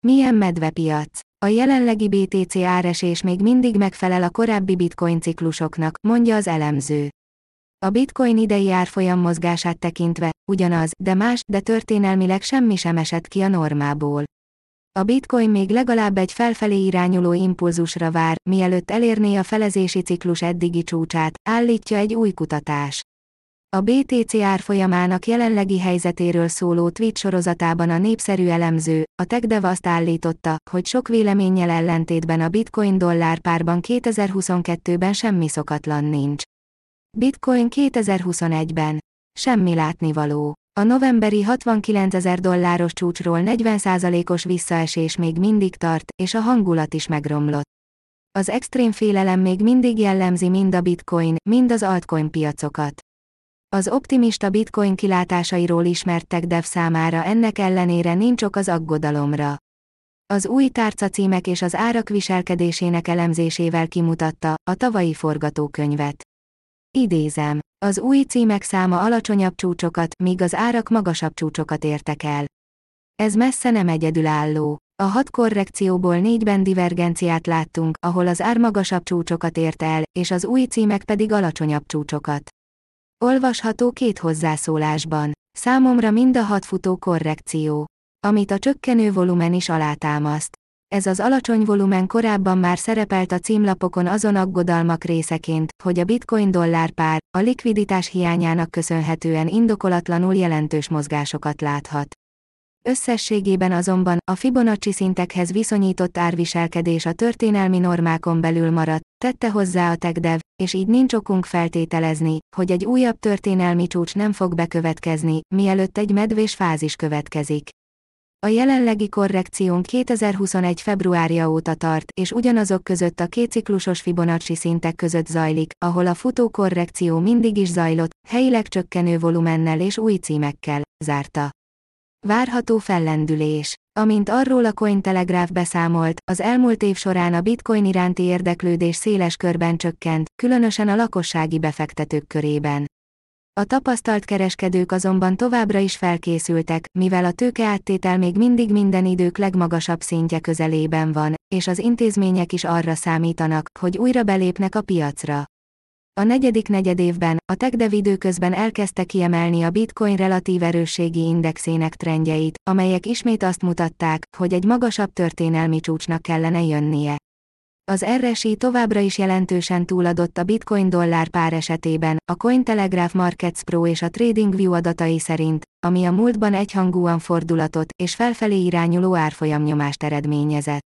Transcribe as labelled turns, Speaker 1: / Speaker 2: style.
Speaker 1: Milyen medvepiac? A jelenlegi BTC áresés még mindig megfelel a korábbi bitcoin ciklusoknak, mondja az elemző. A bitcoin idei árfolyam mozgását tekintve, ugyanaz, de más, de történelmileg semmi sem esett ki a normából. A bitcoin még legalább egy felfelé irányuló impulzusra vár, mielőtt elérné a felezési ciklus eddigi csúcsát, állítja egy új kutatás. A BTC árfolyamának jelenlegi helyzetéről szóló tweet sorozatában a népszerű elemző, a TechDev azt állította, hogy sok véleménnyel ellentétben a bitcoin-dollár párban 2022-ben semmi szokatlan nincs. Bitcoin 2021-ben. Semmi látnivaló. A novemberi $69,000 csúcsról 40%-os visszaesés még mindig tart, és a hangulat is megromlott. Az extrém félelem még mindig jellemzi mind a bitcoin, mind az altcoin piacokat. Az optimista bitcoin kilátásairól ismert TechDev számára ennek ellenére nincs ok az aggodalomra. Az új tárcacímek és az árak viselkedésének elemzésével kimutatta a tavalyi forgatókönyvet. Idézem, az új címek száma alacsonyabb csúcsokat, míg az árak magasabb csúcsokat értek el. Ez messze nem egyedülálló. A 6 korrekcióból 4-ben divergenciát láttunk, ahol az ár magasabb csúcsokat ért el, és az új címek pedig alacsonyabb csúcsokat. Olvasható 2 hozzászólásban. Számomra mind a 6 futó korrekció, amit a csökkenő volumen is alátámaszt. Ez az alacsony volumen korábban már szerepelt a címlapokon azon aggodalmak részeként, hogy a bitcoin-dollár pár, a likviditás hiányának köszönhetően indokolatlanul jelentős mozgásokat láthat. Összességében azonban a Fibonacci szintekhez viszonyított árviselkedés a történelmi normákon belül maradt, tette hozzá a TechDev, és így nincs okunk feltételezni, hogy egy újabb történelmi csúcs nem fog bekövetkezni, mielőtt egy medvés fázis következik. A jelenlegi korrekciónk 2021. februárja óta tart, és ugyanazok között a két ciklusos Fibonacci szintek között zajlik, ahol a futó korrekció mindig is zajlott, helyileg csökkenő volumennel és új címekkel, zárta. Várható fellendülés. Amint arról a Cointelegraph beszámolt, az elmúlt év során a bitcoin iránti érdeklődés széles körben csökkent, különösen a lakossági befektetők körében. A tapasztalt kereskedők azonban továbbra is felkészültek, mivel a tőkeáttétel még mindig minden idők legmagasabb szintje közelében van, és az intézmények is arra számítanak, hogy újra belépnek a piacra. A negyedik negyedévben, a TechDev időközben elkezdte kiemelni a bitcoin relatív erősségi indexének trendjeit, amelyek ismét azt mutatták, hogy egy magasabb történelmi csúcsnak kellene jönnie. Az RSI továbbra is jelentősen túladott a bitcoin-dollár pár esetében, a Cointelegraph Markets Pro és a TradingView adatai szerint, ami a múltban egyhangúan fordulatot és felfelé irányuló árfolyamnyomást eredményezett.